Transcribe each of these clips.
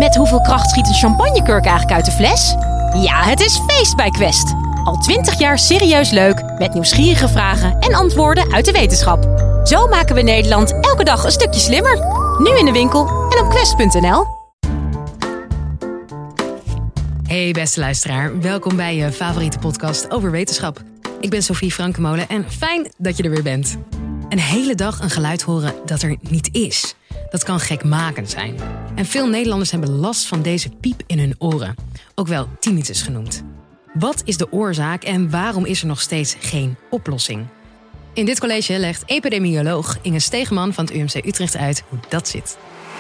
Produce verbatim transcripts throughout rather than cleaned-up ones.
Met hoeveel kracht schiet een champagnekurk eigenlijk uit de fles? Ja, het is feest bij Quest. Al twintig jaar serieus leuk, met nieuwsgierige vragen en antwoorden uit de wetenschap. Zo maken we Nederland elke dag een stukje slimmer. Nu in de winkel en op quest punt n l. Hey beste luisteraar, welkom bij je favoriete podcast over wetenschap. Ik ben Sophie Frankemolen en fijn dat je er weer bent. Een hele dag een geluid horen dat er niet is. Dat kan gekmakend zijn. En veel Nederlanders hebben last van deze piep in hun oren. Ook wel tinnitus genoemd. Wat is de oorzaak en waarom is er nog steeds geen oplossing? In dit college legt epidemioloog Inge Stegeman van het U M C Utrecht uit hoe dat zit.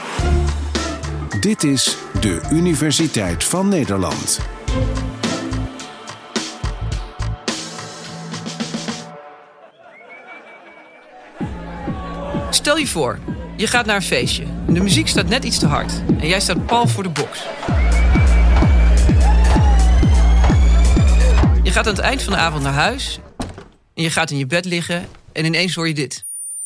Dit is de Universiteit van Nederland. Stel je voor, je gaat naar een feestje. De muziek staat net iets te hard en jij staat pal voor de box. Je gaat aan het eind van de avond naar huis en je gaat in je bed liggen en ineens hoor je dit.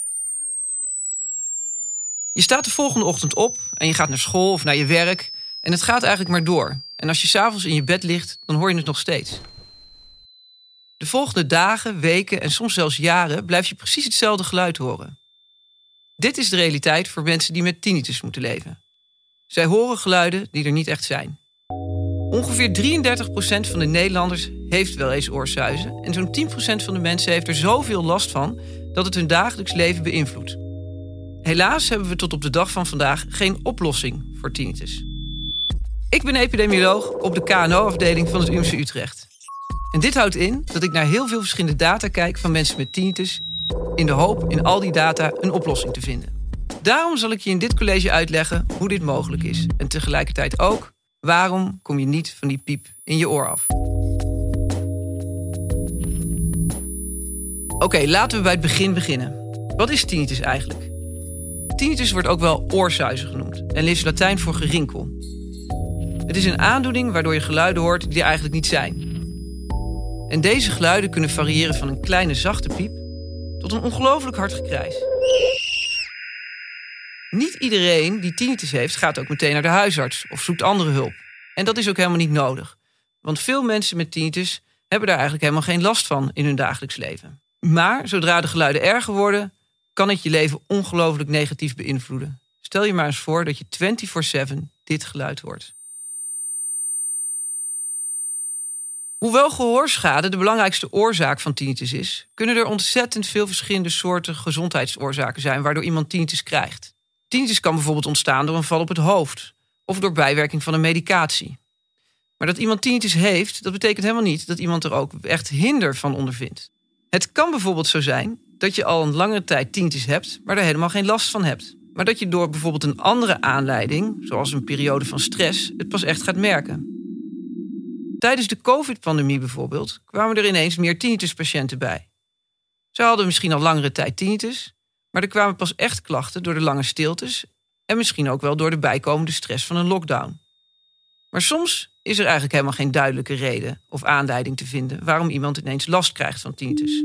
Je staat de volgende ochtend op en je gaat naar school of naar je werk en het gaat eigenlijk maar door. En als je 's avonds in je bed ligt, dan hoor je het nog steeds. De volgende dagen, weken en soms zelfs jaren blijf je precies hetzelfde geluid horen. Dit is de realiteit voor mensen die met tinnitus moeten leven. Zij horen geluiden die er niet echt zijn. Ongeveer drieëndertig procent van de Nederlanders heeft wel eens oorsuizen en zo'n tien procent van de mensen heeft er zoveel last van dat het hun dagelijks leven beïnvloedt. Helaas hebben we tot op de dag van vandaag geen oplossing voor tinnitus. Ik ben epidemioloog op de K N O-afdeling van het U M C Utrecht. En dit houdt in dat ik naar heel veel verschillende data kijk van mensen met tinnitus in de hoop in al die data een oplossing te vinden. Daarom zal ik je in dit college uitleggen hoe dit mogelijk is. En tegelijkertijd ook, waarom kom je niet van die piep in je oor af? Oké, okay, laten we bij het begin beginnen. Wat is tinnitus eigenlijk? Tinnitus wordt ook wel oorsuizen genoemd en is Latijn voor gerinkel. Het is een aandoening waardoor je geluiden hoort die er eigenlijk niet zijn. En deze geluiden kunnen variëren van een kleine zachte piep tot een ongelooflijk hard gekrijs. Niet iedereen die tinnitus heeft gaat ook meteen naar de huisarts of zoekt andere hulp. En dat is ook helemaal niet nodig. Want veel mensen met tinnitus hebben daar eigenlijk helemaal geen last van in hun dagelijks leven. Maar zodra de geluiden erger worden, kan het je leven ongelooflijk negatief beïnvloeden. Stel je maar eens voor dat je vierentwintig zeven dit geluid hoort. Hoewel gehoorschade de belangrijkste oorzaak van tinnitus is, kunnen er ontzettend veel verschillende soorten gezondheidsoorzaken zijn waardoor iemand tinnitus krijgt. Tinnitus kan bijvoorbeeld ontstaan door een val op het hoofd of door bijwerking van een medicatie. Maar dat iemand tinnitus heeft, dat betekent helemaal niet dat iemand er ook echt hinder van ondervindt. Het kan bijvoorbeeld zo zijn dat je al een langere tijd tinnitus hebt, maar er helemaal geen last van hebt. Maar dat je door bijvoorbeeld een andere aanleiding, zoals een periode van stress, het pas echt gaat merken. Tijdens de COVID-pandemie bijvoorbeeld kwamen er ineens meer tinnituspatiënten bij. Ze hadden misschien al langere tijd tinnitus, maar er kwamen pas echt klachten door de lange stiltes en misschien ook wel door de bijkomende stress van een lockdown. Maar soms is er eigenlijk helemaal geen duidelijke reden of aanleiding te vinden waarom iemand ineens last krijgt van tinnitus.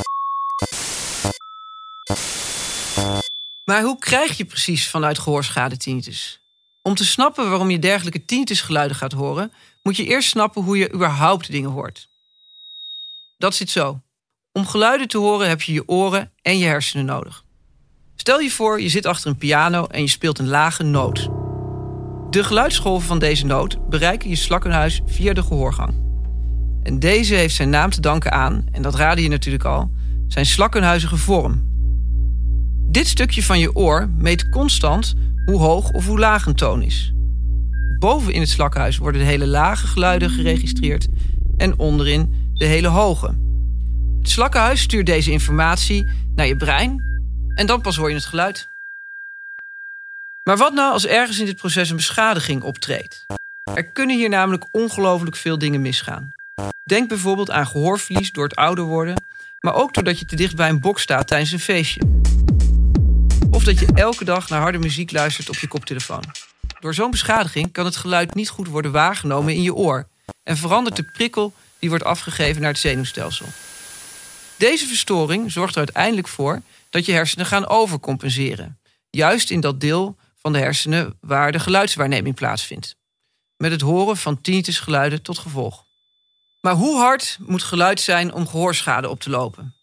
Maar hoe krijg je precies vanuit gehoorschade tinnitus? Om te snappen waarom je dergelijke tinnitusgeluiden gaat horen, moet je eerst snappen hoe je überhaupt dingen hoort. Dat zit zo. Om geluiden te horen heb je je oren en je hersenen nodig. Stel je voor, je zit achter een piano en je speelt een lage noot. De geluidsgolven van deze noot bereiken je slakkenhuis via de gehoorgang. En deze heeft zijn naam te danken aan, en dat raadde je natuurlijk al, zijn slakkenhuizige vorm. Dit stukje van je oor meet constant hoe hoog of hoe laag een toon is. Boven in het slakkenhuis worden de hele lage geluiden geregistreerd en onderin de hele hoge. Het slakkenhuis stuurt deze informatie naar je brein en dan pas hoor je het geluid. Maar wat nou als ergens in dit proces een beschadiging optreedt? Er kunnen hier namelijk ongelooflijk veel dingen misgaan. Denk bijvoorbeeld aan gehoorverlies door het ouder worden, maar ook doordat je te dicht bij een box staat tijdens een feestje. Of dat je elke dag naar harde muziek luistert op je koptelefoon. Door zo'n beschadiging kan het geluid niet goed worden waargenomen in je oor en verandert de prikkel die wordt afgegeven naar het zenuwstelsel. Deze verstoring zorgt er uiteindelijk voor dat je hersenen gaan overcompenseren, juist in dat deel van de hersenen waar de geluidswaarneming plaatsvindt. Met het horen van tinnitusgeluiden tot gevolg. Maar hoe hard moet geluid zijn om gehoorschade op te lopen?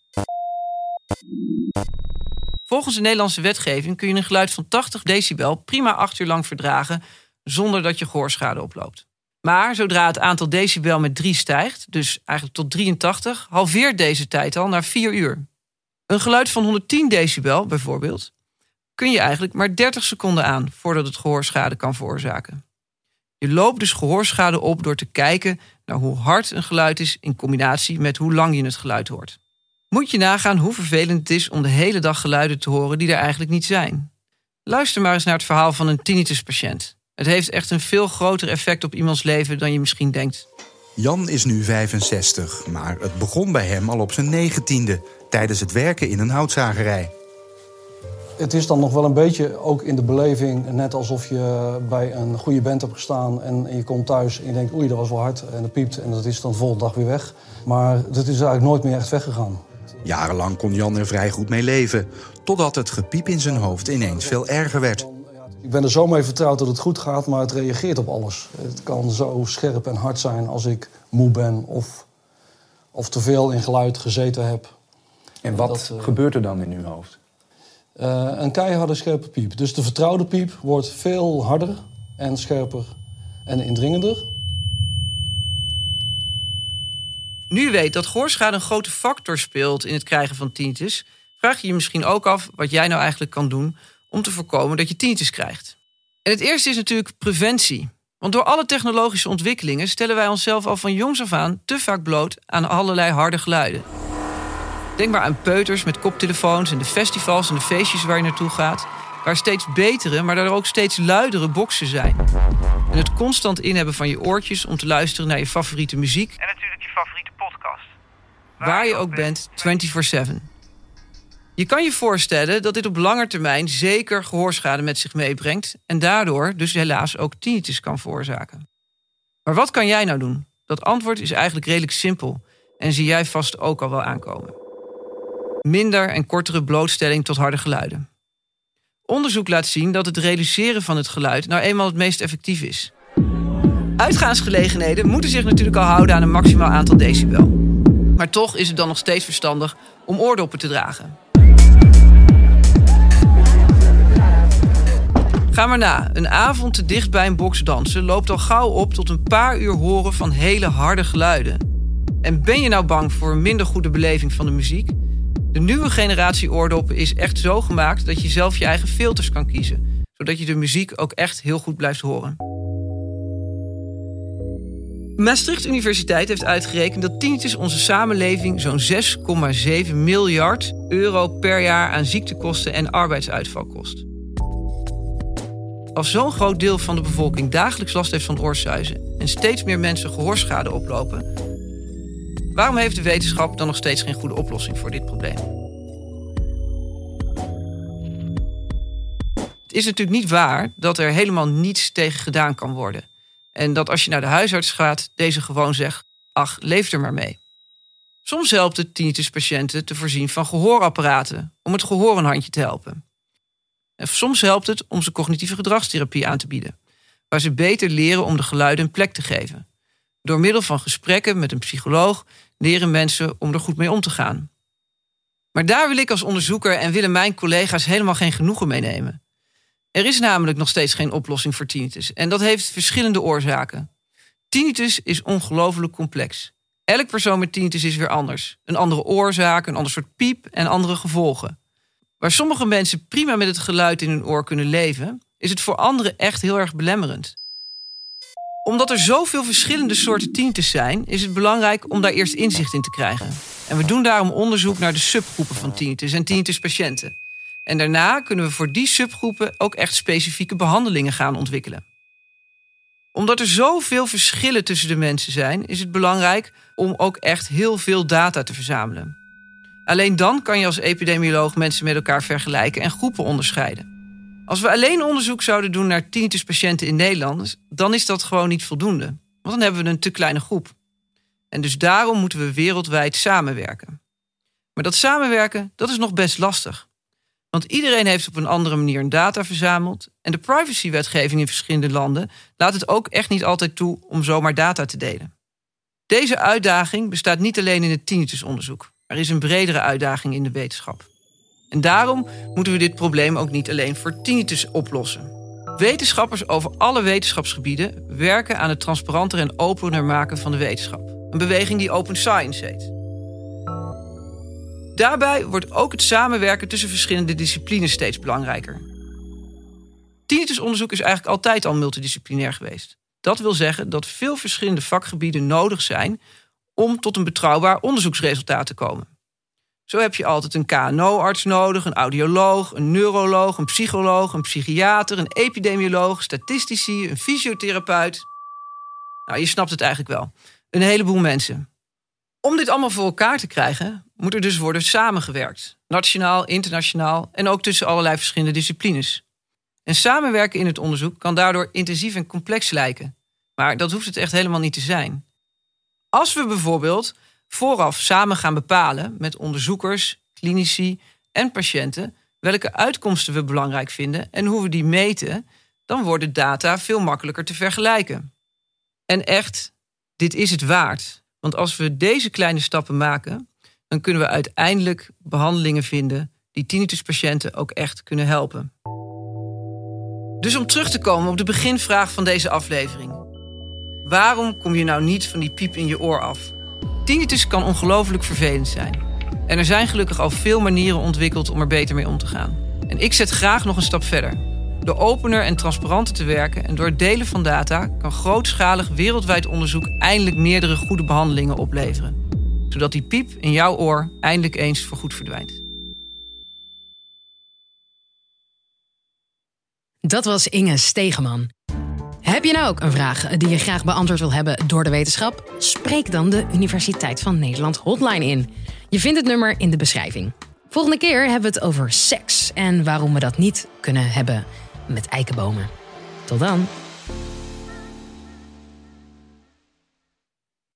Volgens de Nederlandse wetgeving kun je een geluid van tachtig decibel prima acht uur lang verdragen zonder dat je gehoorschade oploopt. Maar zodra het aantal decibel met drie stijgt, dus eigenlijk tot drieëntachtig, halveert deze tijd al naar vier uur. Een geluid van honderdtien decibel bijvoorbeeld kun je eigenlijk maar dertig seconden aan voordat het gehoorschade kan veroorzaken. Je loopt dus gehoorschade op door te kijken naar hoe hard een geluid is in combinatie met hoe lang je het geluid hoort. Moet je nagaan hoe vervelend het is om de hele dag geluiden te horen die er eigenlijk niet zijn. Luister maar eens naar het verhaal van een tinnituspatiënt. Het heeft echt een veel groter effect op iemands leven dan je misschien denkt. Jan is nu vijfenzestig, maar het begon bij hem al op zijn negentiende... tijdens het werken in een houtzagerij. Het is dan nog wel een beetje ook in de beleving, net alsof je bij een goede band hebt gestaan en je komt thuis en je denkt oei, dat was wel hard en dat piept en dat is dan de volgende dag weer weg. Maar dat is eigenlijk nooit meer echt weggegaan. Jarenlang kon Jan er vrij goed mee leven, totdat het gepiep in zijn hoofd ineens veel erger werd. Ik ben er zo mee vertrouwd dat het goed gaat, maar het reageert op alles. Het kan zo scherp en hard zijn als ik moe ben of, of te veel in geluid gezeten heb. En wat dat, uh, gebeurt er dan in uw hoofd? Uh, een keiharde scherpe piep. Dus de vertrouwde piep wordt veel harder en scherper en indringender. Nu je weet dat gehoorschade een grote factor speelt in het krijgen van tinnitus, vraag je je misschien ook af wat jij nou eigenlijk kan doen om te voorkomen dat je tinnitus krijgt. En het eerste is natuurlijk preventie. Want door alle technologische ontwikkelingen stellen wij onszelf al van jongs af aan te vaak bloot aan allerlei harde geluiden. Denk maar aan peuters met koptelefoons en de festivals en de feestjes waar je naartoe gaat, waar steeds betere, maar daardoor ook steeds luidere boxen zijn. En het constant inhebben van je oortjes om te luisteren naar je favoriete muziek. En natuurlijk je favoriete podcast. Waar, waar je ook bent, vierentwintig zeven. Je kan je voorstellen dat dit op lange termijn zeker gehoorschade met zich meebrengt en daardoor dus helaas ook tinnitus kan veroorzaken. Maar wat kan jij nou doen? Dat antwoord is eigenlijk redelijk simpel en zie jij vast ook al wel aankomen. Minder en kortere blootstelling tot harde geluiden. Onderzoek laat zien dat het reduceren van het geluid nou eenmaal het meest effectief is. Uitgaansgelegenheden moeten zich natuurlijk al houden aan een maximaal aantal decibel. Maar toch is het dan nog steeds verstandig om oordoppen te dragen. Ga maar na. Een avond te dicht bij een box dansen loopt al gauw op tot een paar uur horen van hele harde geluiden. En ben je nou bang voor een minder goede beleving van de muziek? De nieuwe generatie oordoppen is echt zo gemaakt dat je zelf je eigen filters kan kiezen, zodat je de muziek ook echt heel goed blijft horen. Maastricht Universiteit heeft uitgerekend dat tinnitus onze samenleving zo'n zes komma zeven miljard euro per jaar aan ziektekosten en arbeidsuitval kost. Als zo'n groot deel van de bevolking dagelijks last heeft van oorsuizen en steeds meer mensen gehoorschade oplopen, waarom heeft de wetenschap dan nog steeds geen goede oplossing voor dit probleem? Het is natuurlijk niet waar dat er helemaal niets tegen gedaan kan worden. En dat als je naar de huisarts gaat, deze gewoon zegt, ach, leef er maar mee. Soms helpt het tinnituspatiënten te voorzien van gehoorapparaten om het gehoor een handje te helpen. En soms helpt het om ze cognitieve gedragstherapie aan te bieden, waar ze beter leren om de geluiden een plek te geven. Door middel van gesprekken met een psycholoog leren mensen om er goed mee om te gaan. Maar daar wil ik als onderzoeker en willen mijn collega's helemaal geen genoegen mee nemen. Er is namelijk nog steeds geen oplossing voor tinnitus en dat heeft verschillende oorzaken. Tinnitus is ongelooflijk complex. Elk persoon met tinnitus is weer anders. Een andere oorzaak, een ander soort piep en andere gevolgen. Waar sommige mensen prima met het geluid in hun oor kunnen leven, is het voor anderen echt heel erg belemmerend. Omdat er zoveel verschillende soorten tinnitus zijn, is het belangrijk om daar eerst inzicht in te krijgen. En we doen daarom onderzoek naar de subgroepen van tinnitus en tinnituspatiënten. En daarna kunnen we voor die subgroepen ook echt specifieke behandelingen gaan ontwikkelen. Omdat er zoveel verschillen tussen de mensen zijn, is het belangrijk om ook echt heel veel data te verzamelen. Alleen dan kan je als epidemioloog mensen met elkaar vergelijken en groepen onderscheiden. Als we alleen onderzoek zouden doen naar tinnituspatiënten in Nederland, dan is dat gewoon niet voldoende. Want dan hebben we een te kleine groep. En dus daarom moeten we wereldwijd samenwerken. Maar dat samenwerken, dat is nog best lastig. Want iedereen heeft op een andere manier data verzameld. En de privacywetgeving in verschillende landen laat het ook echt niet altijd toe om zomaar data te delen. Deze uitdaging bestaat niet alleen in het tinnitusonderzoek. Er is een bredere uitdaging in de wetenschap. En daarom moeten we dit probleem ook niet alleen voor tinnitus oplossen. Wetenschappers over alle wetenschapsgebieden werken aan het transparanter en opener maken van de wetenschap. Een beweging die Open Science heet. Daarbij wordt ook het samenwerken tussen verschillende disciplines steeds belangrijker. Tinnitusonderzoek is eigenlijk altijd al multidisciplinair geweest. Dat wil zeggen dat veel verschillende vakgebieden nodig zijn om tot een betrouwbaar onderzoeksresultaat te komen. Zo heb je altijd een K N O-arts nodig, een audioloog, een neuroloog, een psycholoog, een psychiater, een epidemioloog, statistici, een fysiotherapeut. Nou, je snapt het eigenlijk wel. Een heleboel mensen. Om dit allemaal voor elkaar te krijgen, moet er dus worden samengewerkt. Nationaal, internationaal en ook tussen allerlei verschillende disciplines. En samenwerken in het onderzoek kan daardoor intensief en complex lijken. Maar dat hoeft het echt helemaal niet te zijn. Als we bijvoorbeeld vooraf samen gaan bepalen met onderzoekers, klinici en patiënten welke uitkomsten we belangrijk vinden en hoe we die meten, dan worden data veel makkelijker te vergelijken. En echt, dit is het waard. Want als we deze kleine stappen maken, dan kunnen we uiteindelijk behandelingen vinden die tinnituspatiënten ook echt kunnen helpen. Dus om terug te komen op de beginvraag van deze aflevering. Waarom kom je nou niet van die piep in je oor af? Tinnitus kan ongelooflijk vervelend zijn. En er zijn gelukkig al veel manieren ontwikkeld om er beter mee om te gaan. En ik zet graag nog een stap verder. Door opener en transparanter te werken en door het delen van data kan grootschalig wereldwijd onderzoek eindelijk meerdere goede behandelingen opleveren. Zodat die piep in jouw oor eindelijk eens voorgoed verdwijnt. Dat was Inge Stegeman. Heb je nou ook een vraag die je graag beantwoord wil hebben door de wetenschap? Spreek dan de Universiteit van Nederland hotline in. Je vindt het nummer in de beschrijving. Volgende keer hebben we het over seks en waarom we dat niet kunnen hebben met eikenbomen. Tot dan.